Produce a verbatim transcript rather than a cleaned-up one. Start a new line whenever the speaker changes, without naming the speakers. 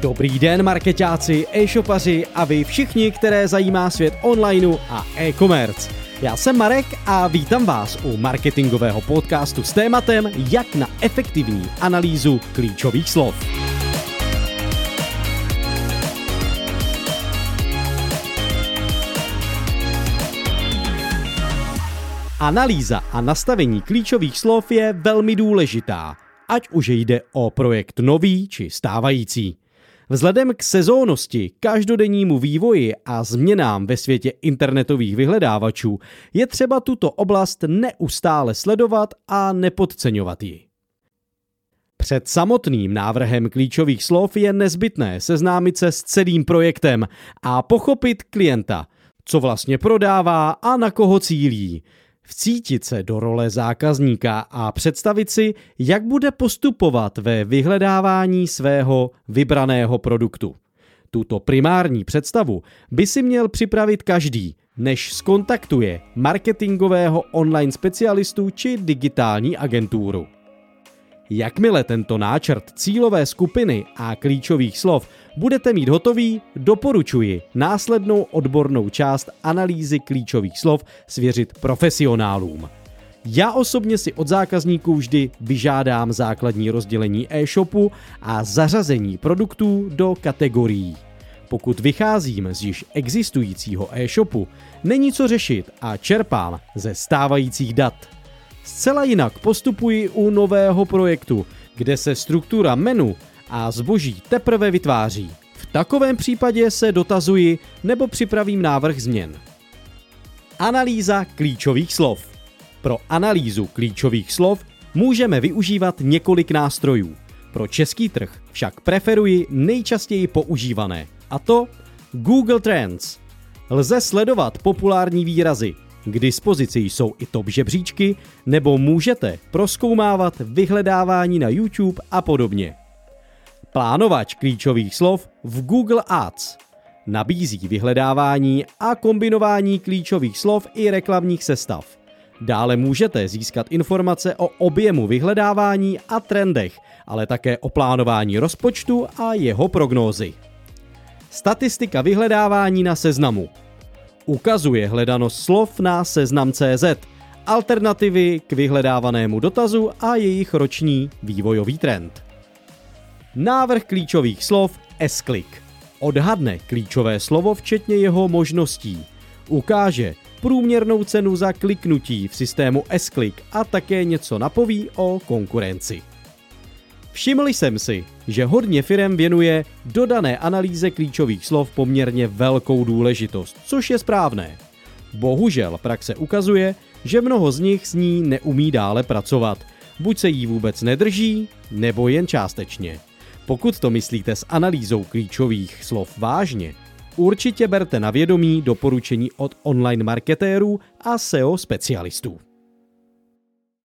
Dobrý den, markeťáci, e-shopaři a vy všichni, které zajímá svět onlineu a e-commerce. Já jsem Marek a vítám vás u marketingového podcastu s tématem jak na efektivní analýzu klíčových slov. Analýza a nastavení klíčových slov je velmi důležitá, ať už jde o projekt nový či stávající. Vzhledem k sezónnosti, každodennímu vývoji a změnám ve světě internetových vyhledávačů je třeba tuto oblast neustále sledovat a nepodceňovat ji. Před samotným návrhem klíčových slov je nezbytné seznámit se s celým projektem a pochopit klienta, co vlastně prodává a na koho cílí. Vcítit se do role zákazníka a představit si, jak bude postupovat ve vyhledávání svého vybraného produktu. Tuto primární představu by si měl připravit každý, než zkontaktuje marketingového online specialistu či digitální agenturu. Jakmile tento náčrt cílové skupiny a klíčových slov budete mít hotový, doporučuji následnou odbornou část analýzy klíčových slov svěřit profesionálům. Já osobně si od zákazníků vždy vyžádám základní rozdělení e-shopu a zařazení produktů do kategorií. Pokud vycházím z již existujícího e-shopu, není co řešit a čerpám ze stávajících dat. Zcela jinak postupuji u nového projektu, kde se struktura menu a zboží teprve vytváří. V takovém případě se dotazuji nebo připravím návrh změn. Analýza klíčových slov. Pro analýzu klíčových slov můžeme využívat několik nástrojů. Pro český trh však preferuji nejčastěji používané, a to Google Trends. Lze sledovat populární výrazy. K dispozici jsou i top žebříčky, nebo můžete prozkoumávat vyhledávání na YouTube a podobně. Plánovač klíčových slov v Google Ads nabízí vyhledávání a kombinování klíčových slov i reklamních sestav. Dále můžete získat informace o objemu vyhledávání a trendech, ale také o plánování rozpočtu a jeho prognózy. Statistika vyhledávání na Seznamu ukazuje hledanost slov na seznam tečka cé zet, alternativy k vyhledávanému dotazu a jejich roční vývojový trend. Návrh klíčových slov S-Click odhadne klíčové slovo včetně jeho možností. Ukáže průměrnou cenu za kliknutí v systému S-Click a také něco napoví o konkurenci. Všiml jsem si, že hodně firem věnuje dodané analýze klíčových slov poměrně velkou důležitost, což je správné. Bohužel praxe ukazuje, že mnoho z nich s ní neumí dále pracovat. Buď se jí vůbec nedrží, nebo jen částečně. Pokud to myslíte s analýzou klíčových slov vážně, určitě berte na vědomí doporučení od online marketérů a S E O specialistů.